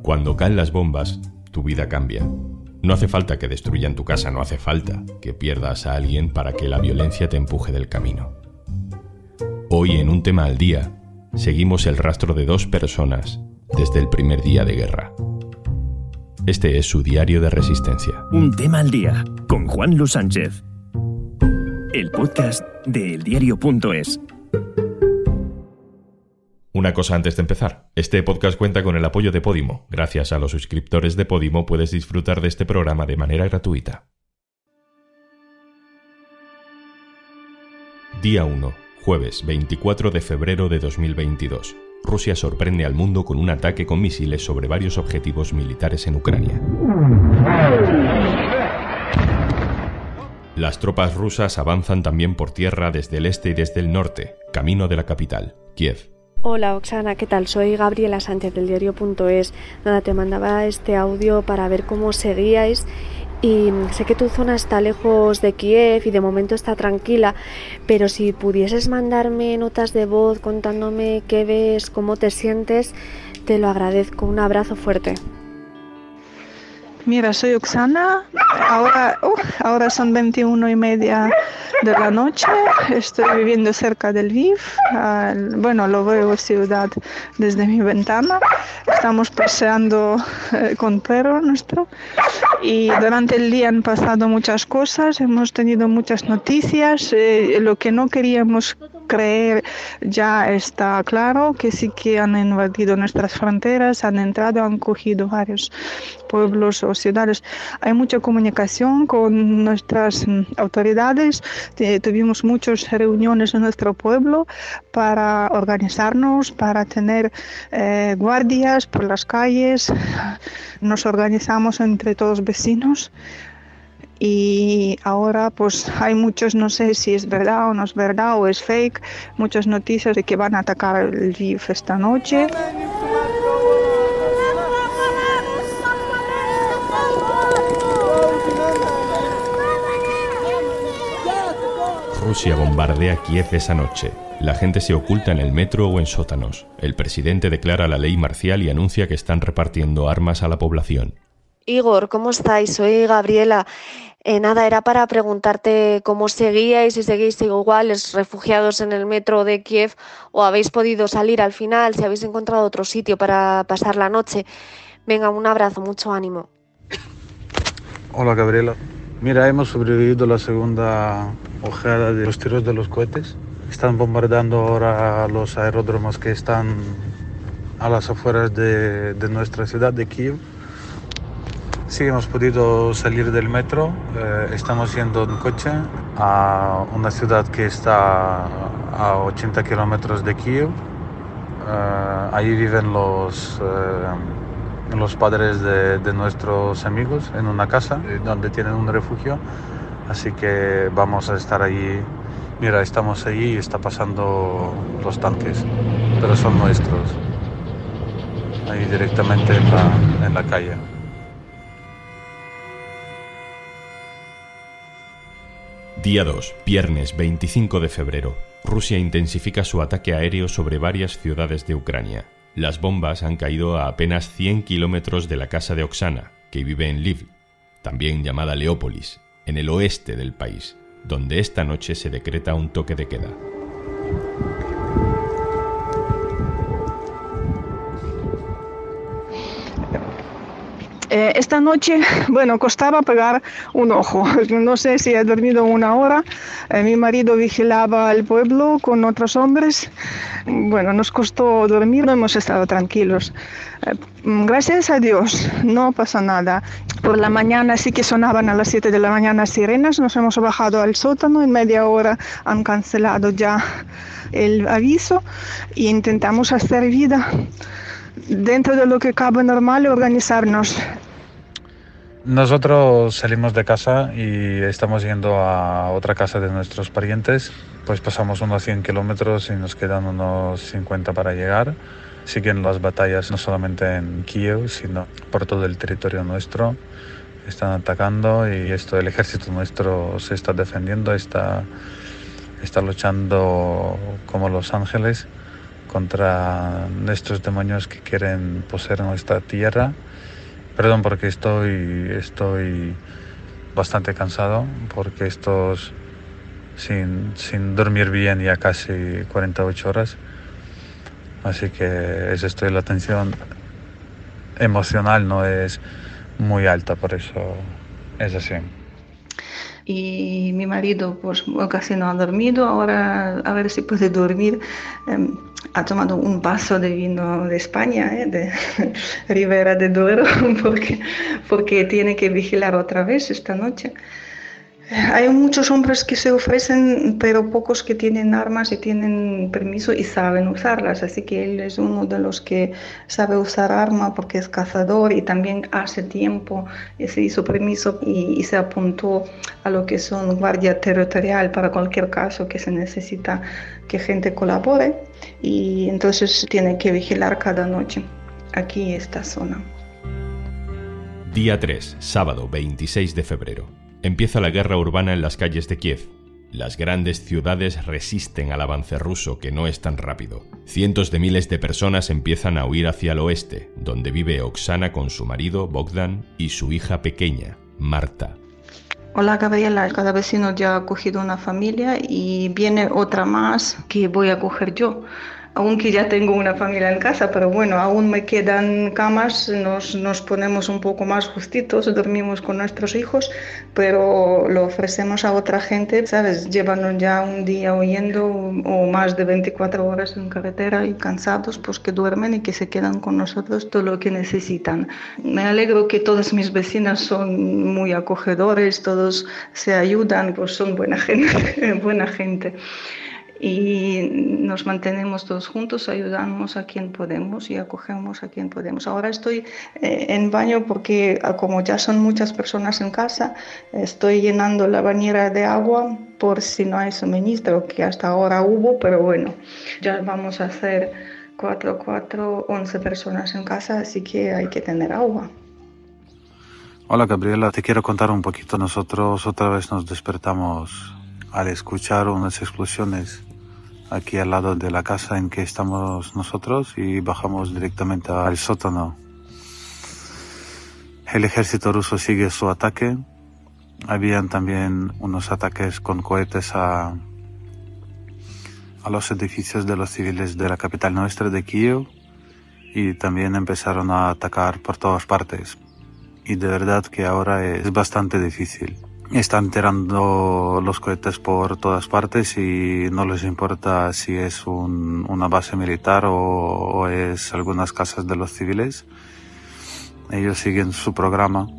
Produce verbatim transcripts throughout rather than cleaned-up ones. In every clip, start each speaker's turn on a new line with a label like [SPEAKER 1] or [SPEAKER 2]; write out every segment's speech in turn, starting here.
[SPEAKER 1] Cuando caen las bombas, tu vida cambia. No hace falta que destruyan tu casa, no hace falta que pierdas a alguien para que la violencia te empuje del camino. Hoy, en Un Tema al Día, seguimos el rastro de dos personas desde el primer día de guerra. Este es su diario de resistencia.
[SPEAKER 2] Un Tema al Día, con Juan Luis Sánchez. El podcast de eldiario punto es.
[SPEAKER 1] Una cosa antes de empezar. Este podcast cuenta con el apoyo de Podimo. Gracias a los suscriptores de Podimo puedes disfrutar de este programa de manera gratuita. Día uno, jueves veinticuatro de febrero de dos mil veintidós. Rusia sorprende al mundo con un ataque con misiles sobre varios objetivos militares en Ucrania. Las tropas rusas avanzan también por tierra desde el este y desde el norte, camino de la capital, Kiev.
[SPEAKER 3] Hola Oksana, ¿qué tal? Soy Gabriela Sánchez del diario punto es. Nada, te mandaba este audio para ver cómo seguíais y sé que tu zona está lejos de Kiev y de momento está tranquila, pero si pudieses mandarme notas de voz contándome qué ves, cómo te sientes, te lo agradezco. Un abrazo fuerte.
[SPEAKER 4] Mira, soy Oksana, ahora, uh, ahora son veintiuno y media de la noche, estoy viviendo cerca de Lviv, uh, bueno, lo veo ciudad desde mi ventana, estamos paseando uh, con perro nuestro y durante el día han pasado muchas cosas, hemos tenido muchas noticias, eh, lo que no queríamos creer ya está claro, que sí que han invadido nuestras fronteras, han entrado, han cogido varios pueblos o ciudades. Hay mucha comunicación con nuestras autoridades, eh, tuvimos muchas reuniones en nuestro pueblo para organizarnos, para tener eh, guardias por las calles, nos organizamos entre todos vecinos. Y ahora pues hay muchos, no sé si es verdad o no es verdad o es fake, muchas noticias de que van a atacar Lviv esta noche.
[SPEAKER 1] Rusia bombardea Kiev esa noche. La gente se oculta en el metro o en sótanos. El presidente declara la ley marcial y anuncia que están repartiendo armas a la población.
[SPEAKER 3] Igor, ¿cómo estáis? Soy Gabriela. Eh, nada, era para preguntarte cómo seguíais, si seguís iguales refugiados en el metro de Kiev o habéis podido salir al final, si habéis encontrado otro sitio para pasar la noche. Venga, un abrazo, mucho ánimo.
[SPEAKER 5] Hola Gabriela. Mira, hemos sobrevivido la segunda ojeada de los tiros de los cohetes. Están bombardeando ahora los aeródromos que están a las afueras de, de nuestra ciudad de Kiev. Sí, hemos podido salir del metro, eh, estamos yendo en coche a una ciudad que está a ochenta kilómetros de Kiev. Eh, ahí viven los, eh, los padres de, de nuestros amigos en una casa donde tienen un refugio, así que vamos a estar allí. Mira, estamos allí y está pasando los tanques, pero son nuestros, ahí directamente en la, en la calle.
[SPEAKER 1] Día dos, viernes veinticinco de febrero. Rusia intensifica su ataque aéreo sobre varias ciudades de Ucrania. Las bombas han caído a apenas cien kilómetros de la casa de Oksana, que vive en Lviv, también llamada Leópolis, en el oeste del país, donde esta noche se decreta un toque de queda.
[SPEAKER 4] Eh, esta noche, bueno, costaba pegar un ojo. No sé si he dormido una hora. Eh, mi marido vigilaba el pueblo con otros hombres. Bueno, nos costó dormir, no hemos estado tranquilos. Eh, gracias a Dios, no pasa nada. Por la mañana sí que sonaban a las siete de la mañana sirenas. Nos hemos bajado al sótano. En media hora han cancelado ya el aviso e intentamos hacer vida dentro de lo que cabe normal y organizarnos.
[SPEAKER 5] Nosotros salimos de casa y estamos yendo a otra casa de nuestros parientes. Pues pasamos unos cien kilómetros y nos quedan unos cincuenta para llegar. Siguen las batallas no solamente en Kiev, sino por todo el territorio nuestro. Están atacando y esto, el ejército nuestro se está defendiendo, está, está luchando como los ángeles contra estos demonios que quieren poseer nuestra tierra. Perdón porque estoy, estoy bastante cansado, porque estos sin, sin dormir bien ya casi cuarenta y ocho horas. Así que es esto, la tensión emocional no es muy alta, por eso es así.
[SPEAKER 4] Y mi marido pues casi no ha dormido, ahora a ver si puede dormir. Eh, ha tomado un vaso de vino de España, eh, de Ribera de Duero, porque, porque tiene que vigilar otra vez esta noche. Hay muchos hombres que se ofrecen, pero pocos que tienen armas y tienen permiso y saben usarlas. Así que él es uno de los que sabe usar arma porque es cazador y también hace tiempo se hizo permiso y, y se apuntó a lo que son guardia territorial para cualquier caso que se necesita que gente colabore. Y entonces tiene que vigilar cada noche aquí esta zona.
[SPEAKER 1] Día tres, sábado veintiséis de febrero. Empieza la guerra urbana en las calles de Kiev. Las grandes ciudades resisten al avance ruso, que no es tan rápido. Cientos de miles de personas empiezan a huir hacia el oeste, donde vive Oksana con su marido, Bogdan, y su hija pequeña, Marta.
[SPEAKER 4] Hola Gabriela, cada vecino ya ha cogido una familia y viene otra más que voy a coger yo. Aunque ya tengo una familia en casa, pero bueno, aún me quedan camas, nos, nos ponemos un poco más justitos, dormimos con nuestros hijos, pero lo ofrecemos a otra gente, ¿sabes? Llevan ya un día huyendo o más de veinticuatro horas en carretera y cansados, pues que duermen y que se quedan con nosotros todo lo que necesitan. Me alegro que todas mis vecinas son muy acogedores, todos se ayudan, pues son buena gente, buena gente. Y nos mantenemos todos juntos, ayudamos a quien podemos y acogemos a quien podemos. Ahora estoy eh, en baño porque como ya son muchas personas en casa, estoy llenando la bañera de agua por si no hay suministro, que hasta ahora hubo, pero bueno, ya vamos a hacer cuatro, cuatro, once personas en casa, así que hay que tener agua.
[SPEAKER 5] Hola Gabriela, te quiero contar un poquito. Nosotros otra vez nos despertamos al escuchar unas explosiones aquí al lado de la casa en que estamos nosotros y bajamos directamente al sótano. El ejército ruso sigue su ataque. Habían también unos ataques con cohetes a, a los edificios de los civiles de la capital nuestra, de Kiev, y también empezaron a atacar por todas partes. Y de verdad que ahora es bastante difícil. Están tirando los cohetes por todas partes y no les importa si es un, una base militar o, o es algunas casas de los civiles. Ellos siguen su programa.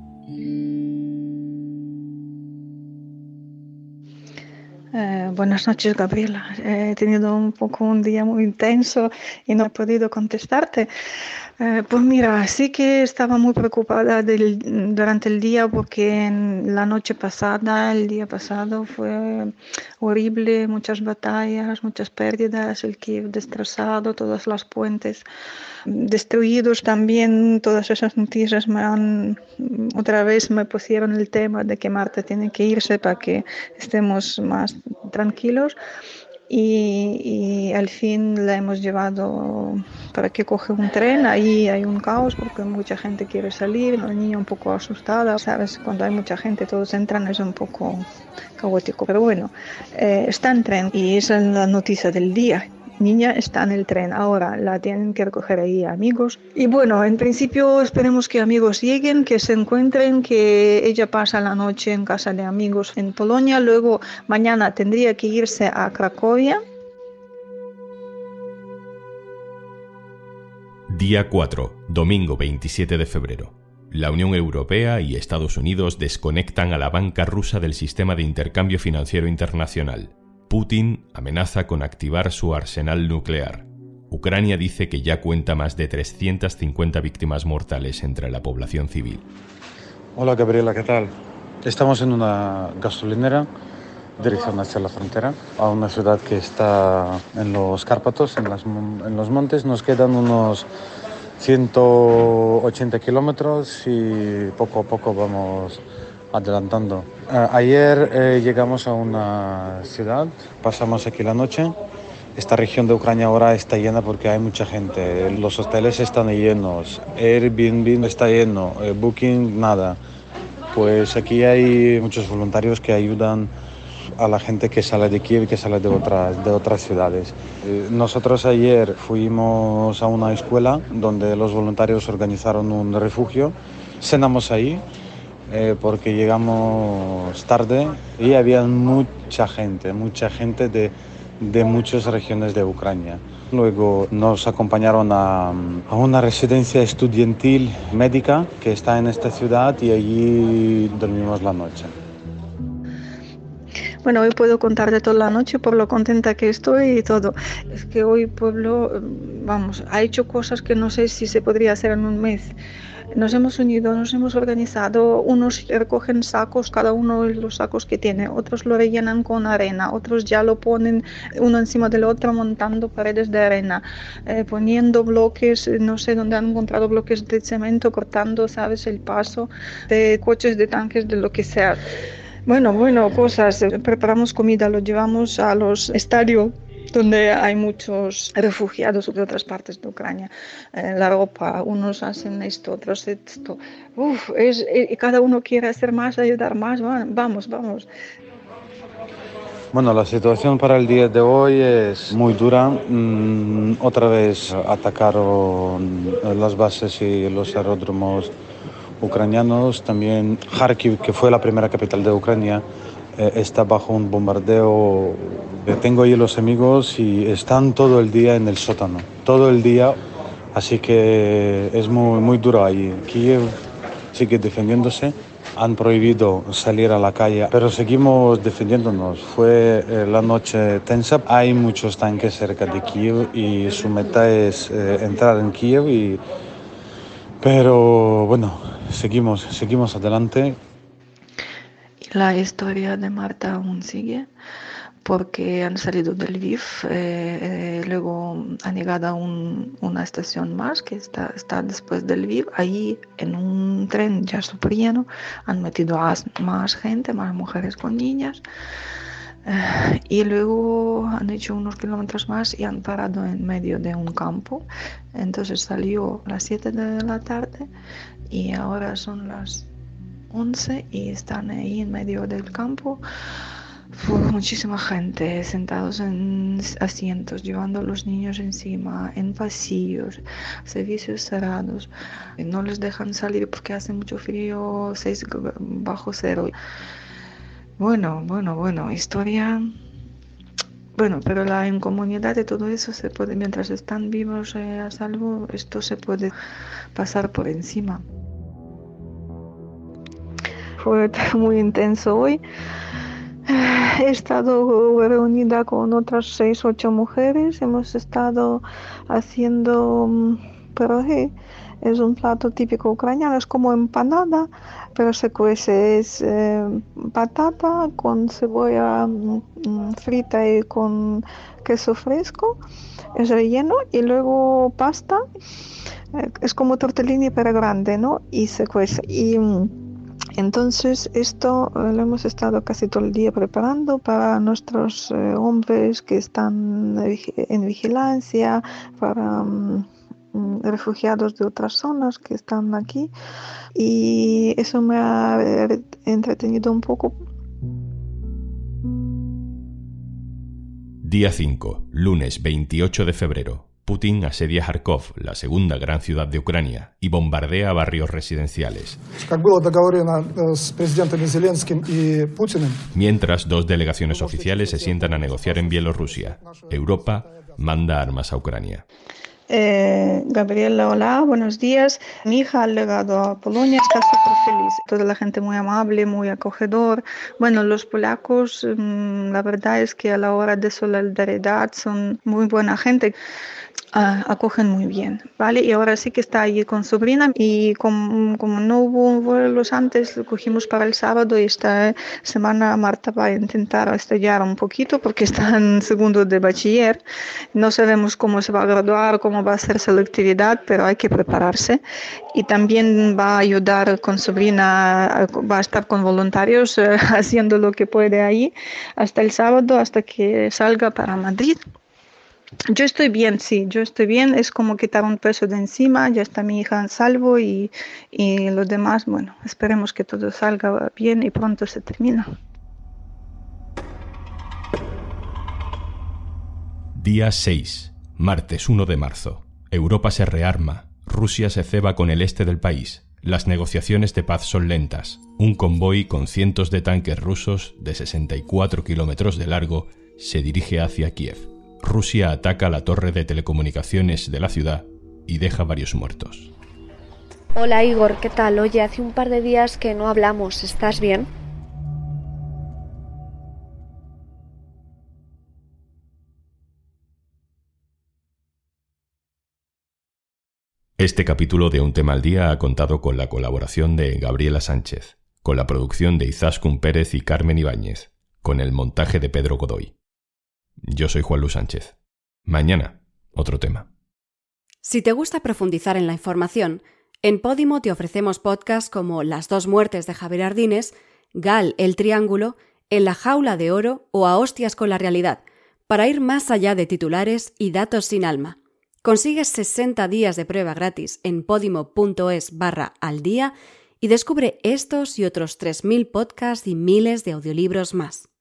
[SPEAKER 4] Eh, buenas noches, Gabriela. He tenido un poco un día muy intenso y no he podido contestarte. Eh, pues mira, sí que estaba muy preocupada del, durante el día porque en la noche pasada, el día pasado fue horrible, muchas batallas, muchas pérdidas, el Kiev destrozado, todas las puentes destruidos también. Todas esas noticias me han, otra vez me pusieron el tema de que Marta tiene que irse para que estemos más tranquilos. Y, y al fin la hemos llevado para que coge un tren. Ahí hay un caos porque mucha gente quiere salir, la niña un poco asustada, sabes, cuando hay mucha gente todos entran, es un poco caótico, pero bueno, eh, está en tren y esa es la noticia del día. Niña está en el tren, ahora la tienen que recoger ahí amigos. Y bueno, en principio esperemos que amigos lleguen, que se encuentren, que ella pasa la noche en casa de amigos en Polonia, luego mañana tendría que irse a Cracovia.
[SPEAKER 1] Día cuatro, domingo veintisiete de febrero. La Unión Europea y Estados Unidos desconectan a la banca rusa del sistema de intercambio financiero internacional. Putin amenaza con activar su arsenal nuclear. Ucrania dice que ya cuenta más de trescientas cincuenta víctimas mortales entre la población civil.
[SPEAKER 5] Hola Gabriela, ¿qué tal? Estamos en una gasolinera, dirección hacia la frontera, a una ciudad que está en los Cárpatos, en, las, en los montes. Nos quedan unos ciento ochenta kilómetros y poco a poco vamos adelantando. Uh, ayer eh, llegamos a una ciudad, pasamos aquí la noche Esta región de Ucrania ahora está llena porque hay mucha gente. Los hoteles están llenos, Airbnb está lleno, eh, Booking nada. Pues aquí hay muchos voluntarios que ayudan a la gente que sale de Kiev y que sale de otras, de otras ciudades. Eh, nosotros ayer fuimos a una escuela donde los voluntarios organizaron un refugio. Cenamos ahí eh, porque llegamos tarde y había mucha gente, mucha gente de, de muchas regiones de Ucrania. Luego nos acompañaron a, a una residencia estudiantil médica que está en esta ciudad y allí dormimos la noche.
[SPEAKER 4] Bueno, hoy puedo contarte toda la noche por lo contenta que estoy y todo. Es que hoy pueblo, vamos, ha hecho cosas que no sé si se podría hacer en un mes. Nos hemos unido, nos hemos organizado, unos recogen sacos, cada uno los sacos que tiene, otros lo rellenan con arena, otros ya lo ponen uno encima del otro montando paredes de arena, eh, poniendo bloques, no sé dónde han encontrado bloques de cemento, cortando, sabes, el paso de coches, de tanques, de lo que sea. Bueno, bueno, cosas, preparamos comida, lo llevamos a los estadios donde hay muchos refugiados de otras partes de Ucrania. Eh, la ropa, unos hacen esto, otros esto. Uf, es, y cada uno quiere hacer más, ayudar más. Vamos, vamos.
[SPEAKER 5] Bueno, la situación para el día de hoy es muy dura. Mm, otra vez atacaron las bases y los aeródromos ucranianos. También Kharkiv, que fue la primera capital de Ucrania, eh, está bajo un bombardeo. Tengo ahí los amigos y están todo el día en el sótano, todo el día, así que es muy, muy duro ahí. Kiev sigue defendiéndose, han prohibido salir a la calle, pero seguimos defendiéndonos. Fue eh, la noche tensa, hay muchos tanques cerca de Kiev y su meta es eh, entrar en Kiev, y... pero bueno, seguimos, seguimos adelante.
[SPEAKER 4] La historia de Marta aún sigue, porque han salido del Lviv, eh, eh, luego han llegado a un, una estación más que está, está después del Lviv. Ahí en un tren ya súper lleno han metido a más gente, más mujeres con niñas, eh, y luego han hecho unos kilómetros más y han parado en medio de un campo. Entonces salió a las siete de la tarde y ahora son las once y están ahí en medio del campo. Fue muchísima gente sentados en asientos, llevando a los niños encima, en pasillos, servicios cerrados. No les dejan salir porque hace mucho frío, seis bajo cero. Bueno, bueno, bueno, historia. Bueno, pero la incomunidad de todo eso se puede, mientras están vivos eh, a salvo, esto se puede pasar por encima. Fue muy intenso hoy. He estado reunida con otras seis, ocho mujeres. Hemos estado haciendo pierogi. Es un plato típico ucraniano, es como empanada, pero se cuece. Es eh, patata con cebolla mm, frita y con queso fresco. Es relleno y luego pasta. Eh, es como tortellini pero grande, ¿no? Y se cuece. Y entonces esto eh, lo hemos estado casi todo el día preparando para nuestros eh, hombres que están en vigilancia, para um, refugiados de otras zonas que están aquí, y eso me ha entretenido un poco.
[SPEAKER 1] Día cinco, lunes veintiocho de febrero. Putin asedia Kharkov, la segunda gran ciudad de Ucrania, y bombardea barrios residenciales. Mientras, dos delegaciones oficiales se sientan a negociar en Bielorrusia. Europa manda armas a Ucrania.
[SPEAKER 4] Eh, Gabriela, hola, buenos días. Mi hija ha llegado a Polonia, está súper feliz. Toda la gente muy amable, muy acogedor. Bueno, los polacos, mmm, la verdad es que a la hora de solidaridad son muy buena gente. Uh, acogen muy bien, ¿vale? Y ahora sí que está allí con sobrina, y como, como no hubo vuelos antes, lo cogimos para el sábado, y esta semana Marta va a intentar estudiar un poquito porque está en segundo de bachiller. No sabemos cómo se va a graduar, cómo va a ser selectividad, pero hay que prepararse. Y también va a ayudar con sobrina, va a estar con voluntarios uh, haciendo lo que puede ahí hasta el sábado, hasta que salga para Madrid. Yo estoy bien, sí, yo estoy bien. Es como quitar un peso de encima, ya está mi hija en salvo y, y lo demás, bueno, esperemos que todo salga bien y pronto se termina.
[SPEAKER 1] Día seis, martes uno de marzo. Europa se rearma. Rusia se ceba con el este del país. Las negociaciones de paz son lentas. Un convoy con cientos de tanques rusos de sesenta y cuatro kilómetros de largo se dirige hacia Kiev. Rusia ataca la torre de telecomunicaciones de la ciudad y deja varios muertos.
[SPEAKER 3] Hola Igor, ¿qué tal? Oye, hace un par de días que no hablamos, ¿estás bien?
[SPEAKER 1] Este capítulo de Un tema al día ha contado con la colaboración de Gabriela Sánchez, con la producción de Izaskun Pérez y Carmen Ibáñez, con el montaje de Pedro Godoy. Yo soy Juan Luis Sánchez. Mañana, otro tema.
[SPEAKER 6] Si te gusta profundizar en la información, en Podimo te ofrecemos podcasts como Las dos muertes de Javier Ardines, Gal, el triángulo, En la jaula de oro o A hostias con la realidad, para ir más allá de titulares y datos sin alma. Consigues sesenta días de prueba gratis en podimo.es barra al día y descubre estos y otros tres mil podcasts y miles de audiolibros más.